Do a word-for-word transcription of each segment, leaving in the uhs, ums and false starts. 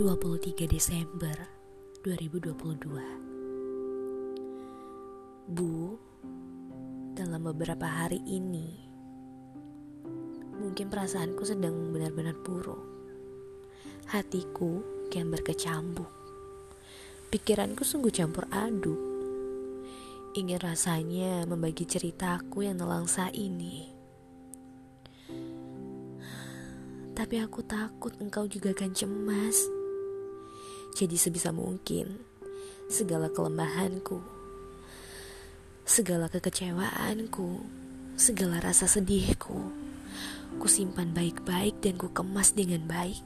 dua puluh tiga Desember dua ribu dua puluh dua. Bu, dalam beberapa hari ini mungkin perasaanku sedang benar-benar buruk. Hatiku kian berkecambuk. Pikiranku sungguh campur aduk. Ingin rasanya membagi ceritaku yang nelangsa ini. Tapi aku takut engkau juga akan cemas. Jadi sebisa mungkin segala kelemahanku, segala kekecewaanku, segala rasa sedihku, ku simpan baik-baik dan ku kemas dengan baik.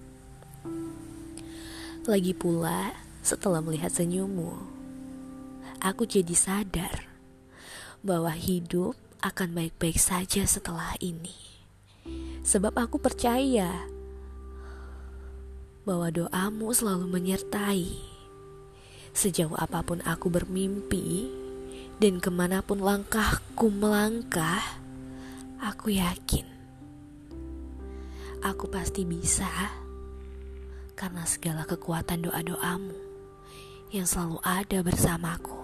Lagi pula setelah melihat senyummu, aku jadi sadar bahwa hidup akan baik-baik saja setelah ini. Sebab aku percaya bahwa doamu selalu menyertai. Sejauh apapun aku bermimpi dan kemanapun langkahku melangkah, aku yakin aku pasti bisa, karena segala kekuatan doa-doamu yang selalu ada bersamaku.